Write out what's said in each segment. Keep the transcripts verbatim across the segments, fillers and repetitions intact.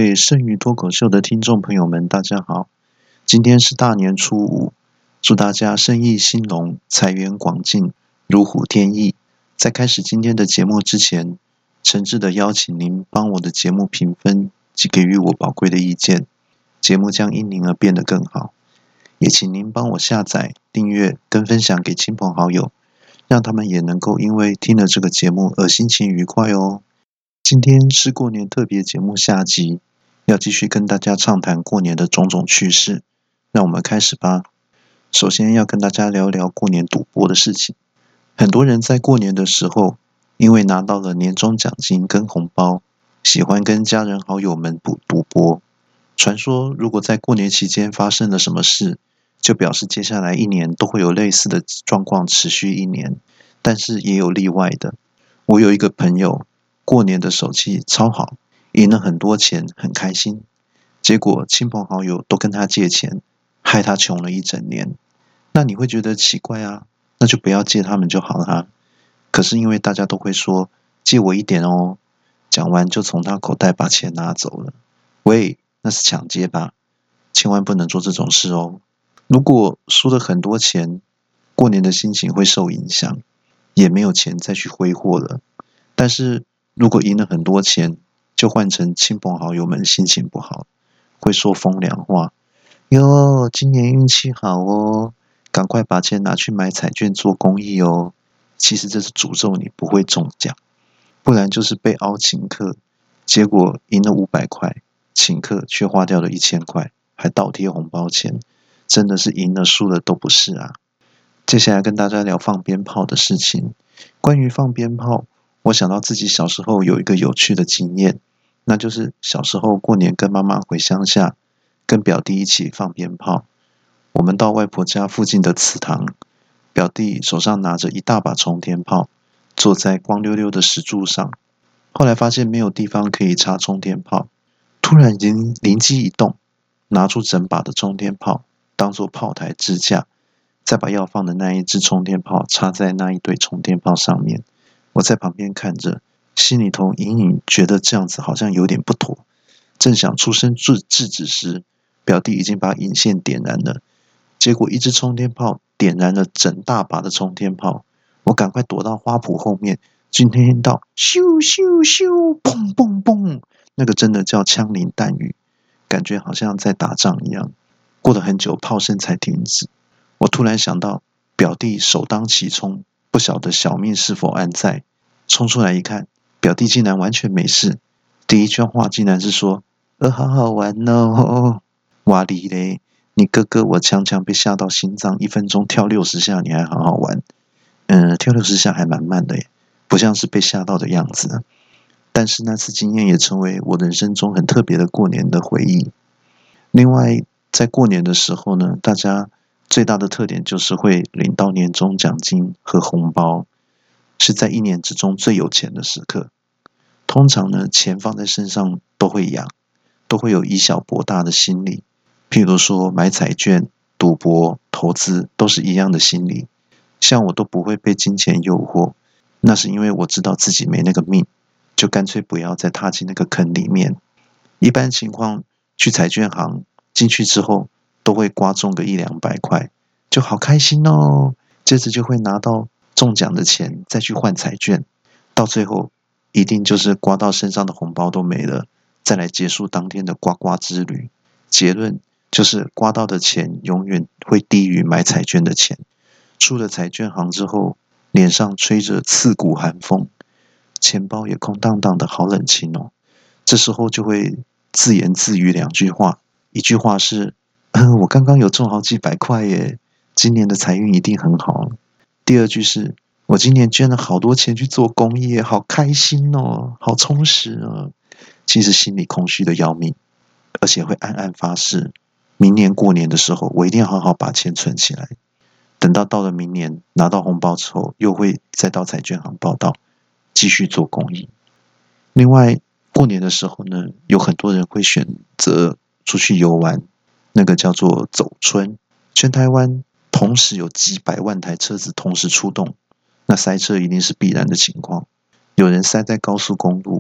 位剩余脱口秀的听众朋友们，大家好！今天是大年初五，祝大家生意兴隆，财源广进，如虎添翼。在开始今天的节目之前，诚挚的邀请您帮我的节目评分及给予我宝贵的意见，节目将因您而变得更好。也请您帮我下载、订阅跟分享给亲朋好友，让他们也能够因为听了这个节目而心情愉快哦。今天是过年特别节目下集，要继续跟大家畅谈过年的种种趣事，让我们开始吧。首先要跟大家聊聊过年赌博的事情。很多人在过年的时候，因为拿到了年终奖金跟红包，喜欢跟家人好友们赌赌博。传说如果在过年期间发生了什么事，就表示接下来一年都会有类似的状况持续一年，但是也有例外的。我有一个朋友，过年的手气超好，赢了很多钱，很开心。结果亲朋好友都跟他借钱，害他穷了一整年。那你会觉得奇怪啊，那就不要借他们就好了啊。可是因为大家都会说借我一点哦，讲完就从他口袋把钱拿走了。喂，那是抢劫吧？千万不能做这种事哦。如果输了很多钱，过年的心情会受影响，也没有钱再去挥霍了。但是如果赢了很多钱，就换成亲朋好友们心情不好，会说风凉话。哟，今年运气好哦，赶快把钱拿去买彩券做公益哦。其实这是诅咒你不会中奖，不然就是被凹请客，结果赢了五百块，请客却花掉了一千块，还倒贴红包钱，真的是赢了输了都不是啊。接下来跟大家聊放鞭炮的事情。关于放鞭炮，我想到自己小时候有一个有趣的经验，那就是小时候过年跟妈妈回乡下，跟表弟一起放鞭炮。我们到外婆家附近的祠堂，表弟手上拿着一大把冲天炮，坐在光溜溜的石柱上。后来发现没有地方可以插冲天炮，突然灵灵机一动，拿出整把的冲天炮当做炮台支架，再把要放的那一支冲天炮插在那一堆冲天炮上面。我在旁边看着，心里头隐隐觉得这样子好像有点不妥。正想出声制制止时，表弟已经把引线点燃了。结果一支冲天炮点燃了整大把的冲天炮，我赶快躲到花圃后面，只听到咻咻咻，砰砰砰，那个真的叫枪林弹雨，感觉好像在打仗一样。过了很久，炮声才停止。我突然想到，表弟首当其冲，不晓得小命是否安在。冲出来一看，表弟竟然完全没事。第一句话竟然是说：“呃，好好玩哦。”哇哩嘞！你哥哥我强强被吓到心脏一分钟跳六十下，你还好好玩？嗯，跳六十下还蛮慢的耶，不像是被吓到的样子。但是那次经验也成为我人生中很特别的过年的回忆。另外，在过年的时候呢，大家最大的特点就是会领到年终奖金和红包，是在一年之中最有钱的时刻。通常呢，钱放在身上都会痒，都会有以小博大的心理。譬如说买彩券、赌博、投资，都是一样的心理。像我都不会被金钱诱惑，那是因为我知道自己没那个命，就干脆不要再踏进那个坑里面。一般情况，去彩券行进去之后，都会刮中个一两百块，就好开心哦。接着就会拿到中奖的钱，再去换彩券，到最后一定就是刮到身上的红包都没了，再来结束当天的刮刮之旅。结论就是刮到的钱永远会低于买彩券的钱。出了彩券行之后，脸上吹着刺骨寒风，钱包也空荡荡的，好冷清哦。这时候就会自言自语两句话，一句话是：呃、我刚刚有中好几百块耶，今年的财运一定很好。第二句是：我今年捐了好多钱去做公益，好开心哦，好充实哦。其实心里空虚的要命，而且会暗暗发誓，明年过年的时候，我一定要好好把钱存起来。等到到了明年拿到红包之后，又会再到彩券行报到，继续做公益。另外，过年的时候呢，有很多人会选择出去游玩，那个叫做走春。全台湾同时有几百万台车子同时出动，那塞车一定是必然的情况。有人塞在高速公路，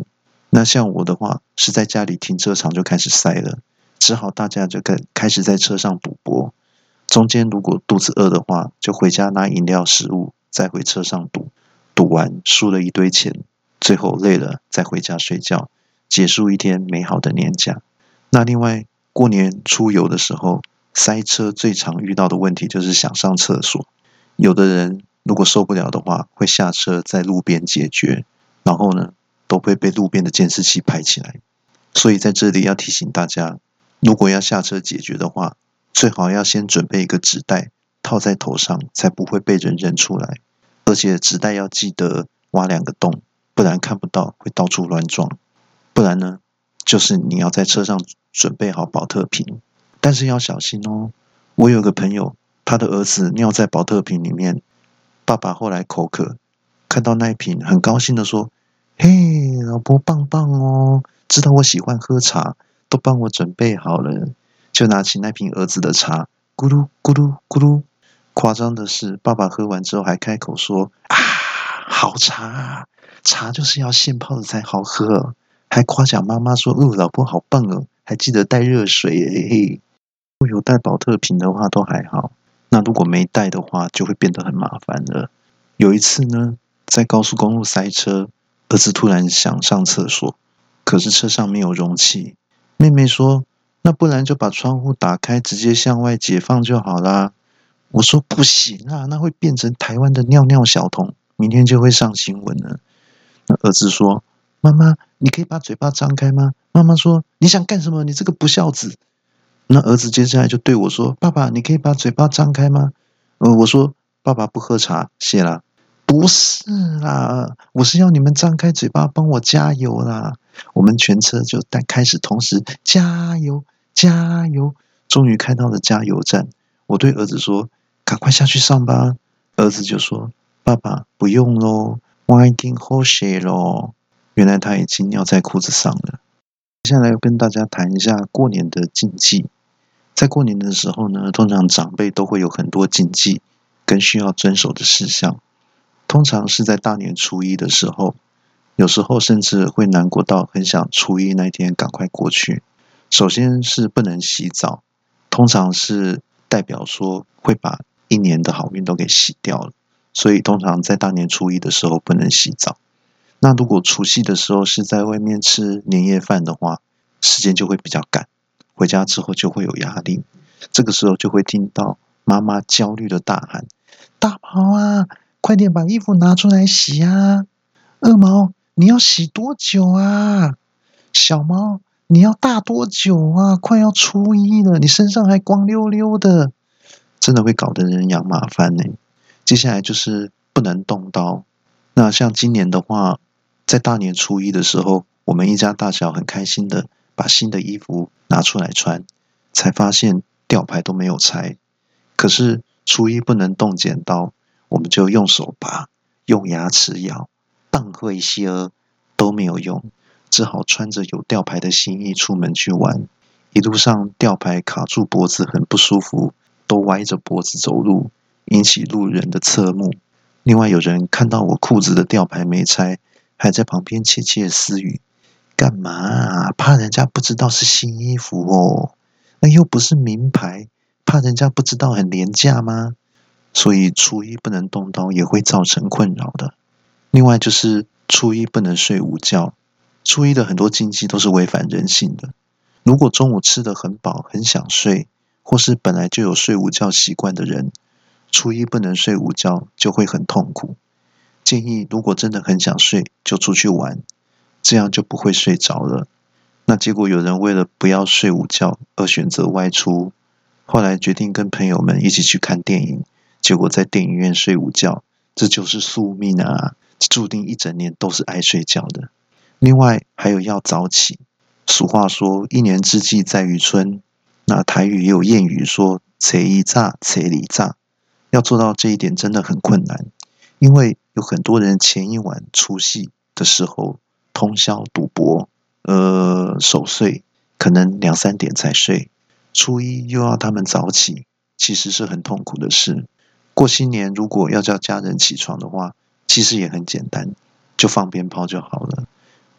那像我的话，是在家里停车场就开始塞了，只好大家就开开始在车上赌博。中间如果肚子饿的话，就回家拿饮料食物，再回车上赌。赌完输了一堆钱，最后累了再回家睡觉，结束一天美好的年假。那另外过年出游的时候，塞车最常遇到的问题就是想上厕所。有的人如果受不了的话，会下车在路边解决，然后呢，都会被路边的监视器拍起来。所以在这里要提醒大家，如果要下车解决的话，最好要先准备一个纸袋套在头上，才不会被人认出来。而且纸袋要记得挖两个洞，不然看不到会到处乱撞。不然呢，就是你要在车上准备好保特瓶，但是要小心哦。我有个朋友，他的儿子尿在保特瓶里面，爸爸后来口渴，看到那一瓶很高兴的说：嘿，老婆棒棒哦，知道我喜欢喝茶，都帮我准备好了。就拿起那瓶儿子的茶，咕噜咕噜咕噜。夸张的是，爸爸喝完之后还开口说：啊，好茶，茶就是要现泡的才好喝。还夸奖妈妈说：哦，老婆好棒哦，还记得带热水耶。如果有带保特瓶的话都还好，那如果没带的话，就会变得很麻烦了。有一次呢，在高速公路塞车，儿子突然想上厕所，可是车上没有容器。妹妹说：那不然就把窗户打开，直接向外解放就好啦。我说不行啊，那会变成台湾的尿尿小童，明天就会上新闻了。那儿子说：妈妈，你可以把嘴巴张开吗？妈妈说：你想干什么？你这个不孝子。那儿子接下来就对我说：爸爸，你可以把嘴巴张开吗？呃，我说：爸爸不喝茶，谢啦。不是啦，我是要你们张开嘴巴帮我加油啦。我们全车就开始同时加油加油，终于开到了加油站。我对儿子说：赶快下去上吧。儿子就说：爸爸不用咯，我已经喝水咯。原来他已经尿在裤子上了。接下来要跟大家谈一下过年的禁忌。在过年的时候呢，通常长辈都会有很多禁忌跟需要遵守的事项。通常是在大年初一的时候，有时候甚至会难过到很想初一那天赶快过去。首先是不能洗澡，通常是代表说会把一年的好运都给洗掉了，所以通常在大年初一的时候不能洗澡。那如果除夕的时候是在外面吃年夜饭的话，时间就会比较赶，回家之后就会有压力。这个时候就会听到妈妈焦虑的大喊：大毛啊，快点把衣服拿出来洗啊！二毛，你要洗多久啊？小毛，你要大多久啊？快要初一了，你身上还光溜溜的，真的会搞得人仰马翻呢。接下来就是不能动刀。那像今年的话，在大年初一的时候，我们一家大小很开心的把新的衣服拿出来穿，才发现吊牌都没有拆。可是初一不能动剪刀，我们就用手拔，用牙齿咬，棒会些都没有用，只好穿着有吊牌的新衣出门去玩。一路上吊牌卡住脖子很不舒服，都歪着脖子走路，引起路人的侧目。另外有人看到我裤子的吊牌没拆，还在旁边窃窃私语：干嘛啊？怕人家不知道是新衣服哦，那又不是名牌，怕人家不知道很廉价吗？所以初一不能动刀也会造成困扰的。另外就是初一不能睡午觉，初一的很多禁忌都是违反人性的。如果中午吃得很饱很想睡，或是本来就有睡午觉习惯的人，初一不能睡午觉就会很痛苦。建议如果真的很想睡，就出去玩，这样就不会睡着了。那结果有人为了不要睡午觉而选择外出，后来决定跟朋友们一起去看电影，结果在电影院睡午觉，这就是宿命啊，注定一整年都是爱睡觉的。另外还有要早起，俗话说一年之计在于春，那台语也有谚语说初一早初二早，要做到这一点真的很困难，因为有很多人前一晚除夕的时候通宵赌博，呃，守岁，可能两三点才睡，初一又要他们早起，其实是很痛苦的事。过新年如果要叫家人起床的话，其实也很简单，就放鞭炮就好了。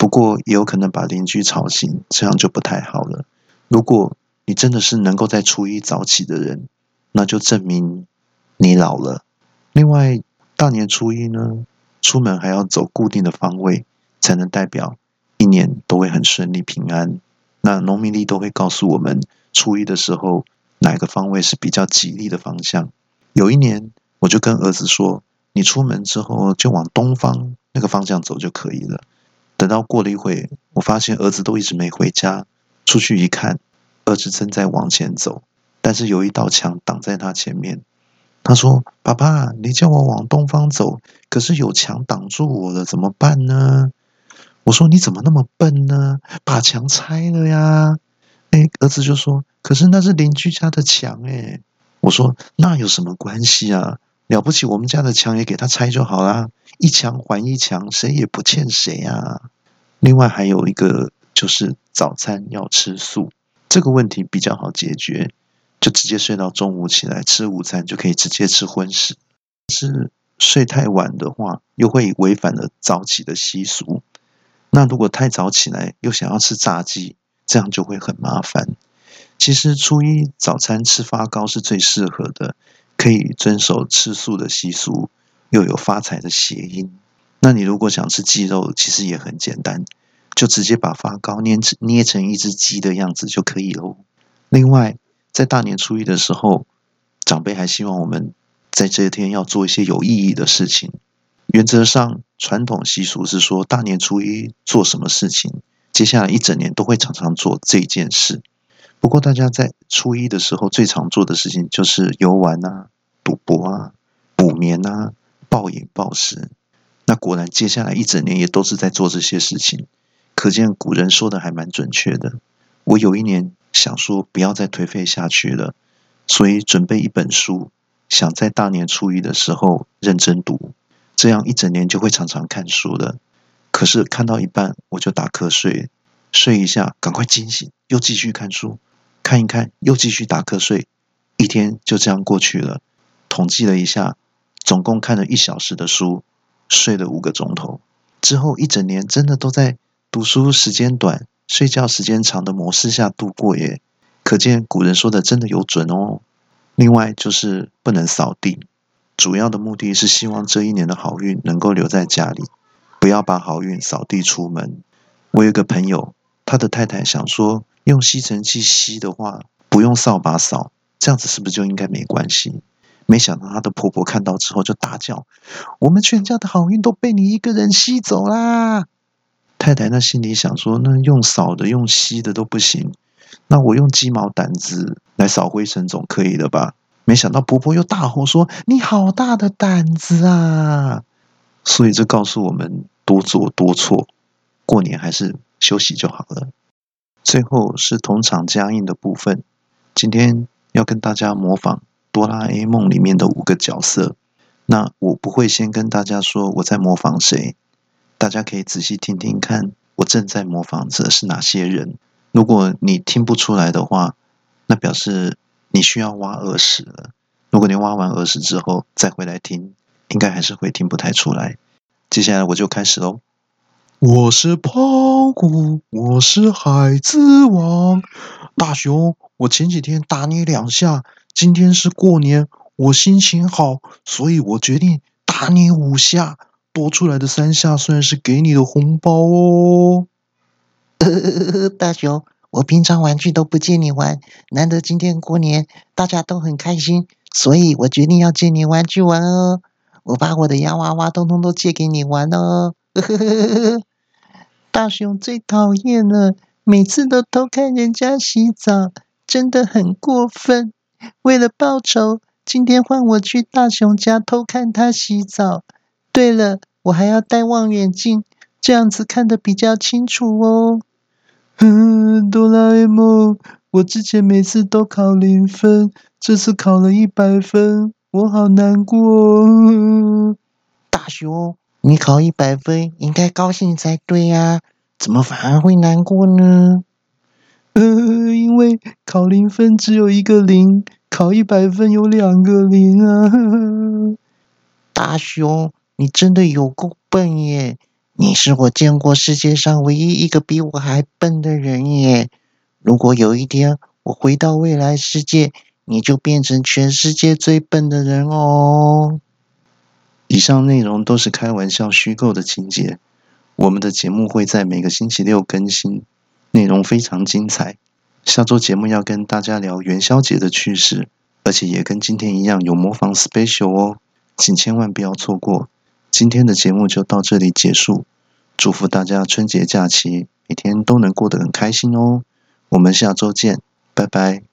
不过也有可能把邻居吵醒，这样就不太好了。如果你真的是能够在初一早起的人，那就证明你老了。另外，大年初一呢，出门还要走固定的方位，才能代表一年都会很顺利平安。那农民历都会告诉我们，初一的时候哪个方位是比较吉利的方向。有一年，我就跟儿子说，你出门之后就往东方那个方向走就可以了。等到过了一会，我发现儿子都一直没回家，出去一看，儿子正在往前走，但是有一道墙挡在他前面。他说：爸爸，你叫我往东方走，可是有墙挡住我了，怎么办呢？我说：你怎么那么笨呢？把墙拆了呀！哎，儿子就说：可是那是邻居家的墙哎。我说：那有什么关系啊？了不起，我们家的墙也给他拆就好啦，一墙还一墙，谁也不欠谁啊。另外还有一个就是早餐要吃素，这个问题比较好解决，就直接睡到中午起来吃午餐，就可以直接吃荤食。是睡太晚的话，又会违反了早起的习俗。那如果太早起来又想要吃炸鸡，这样就会很麻烦。其实初一早餐吃发糕是最适合的，可以遵守吃素的习俗，又有发财的谐音。那你如果想吃鸡肉，其实也很简单，就直接把发糕捏成捏成一只鸡的样子就可以咯。另外，在大年初一的时候，长辈还希望我们在这一天要做一些有意义的事情。原则上，传统习俗是说，大年初一做什么事情，接下来一整年都会常常做这件事。不过，大家在初一的时候最常做的事情就是游玩啊、赌博啊、补眠啊、暴饮暴食。那果然，接下来一整年也都是在做这些事情，可见古人说的还蛮准确的。我有一年想说不要再颓废下去了，所以准备一本书，想在大年初一的时候认真读，这样一整年就会常常看书了。可是看到一半我就打瞌睡，睡一下赶快惊醒，又继续看书，看一看又继续打瞌睡，一天就这样过去了。统计了一下，总共看了一小时的书，睡了五个钟头。之后一整年真的都在读书时间短、睡觉时间长的模式下度过耶，可见古人说的真的有准哦。另外就是不能扫地，主要的目的是希望这一年的好运能够留在家里，不要把好运扫地出门。我有一个朋友，他的太太想说，用吸尘器吸的话，不用扫把扫，这样子是不是就应该没关系？没想到她的婆婆看到之后就大叫：我们全家的好运都被你一个人吸走啦！太太那心里想说，那用扫的用吸的都不行，那我用鸡毛掸子来扫灰尘总可以了吧？没想到婆婆又大吼说：你好大的胆子啊！所以这告诉我们多做多错，过年还是休息就好了。最后是同场加映的部分，今天要跟大家模仿哆啦 A 梦里面的五个角色。那我不会先跟大家说我在模仿谁，大家可以仔细听听看，我正在模仿着是哪些人。如果你听不出来的话，那表示你需要挖耳屎了。如果你挖完耳屎之后再回来听，应该还是会听不太出来。接下来我就开始喽。我是胖虎，我是孩子王。大雄，我前几天打你两下，今天是过年，我心情好，所以我决定打你五下，多出来的三下算是给你的红包哦。 呃，大雄，我平常玩具都不借你玩，难得今天过年，大家都很开心，所以我决定要借你玩具玩哦。我把我的洋娃娃通通都借给你玩哦。大雄最讨厌了，每次都偷看人家洗澡，真的很过分。为了报仇，今天换我去大雄家偷看他洗澡。对了，我还要戴望远镜，这样子看得比较清楚哦。嗯，哆啦 A 梦，我之前每次都考零分，这次考了一百分，我好难过哦。大雄，你考一百分应该高兴才对呀，怎么反而会难过呢？呃，因为考零分只有一个零，考一百分有两个零啊。大雄，你真的有够笨耶！ 你是我见过世界上唯一一个比我还笨的人耶！如果有一天我回到未来世界，你就变成全世界最笨的人哦。 以上内容都是开玩笑虚构的情节。我们的节目会在每个星期六更新，内容非常精彩。下周节目要跟大家聊元宵节的趣事，而且也跟今天一样有模仿 special 哦，请千万不要错过。今天的节目就到这里结束，祝福大家春节假期每天都能过得很开心哦。我们下周见，拜拜。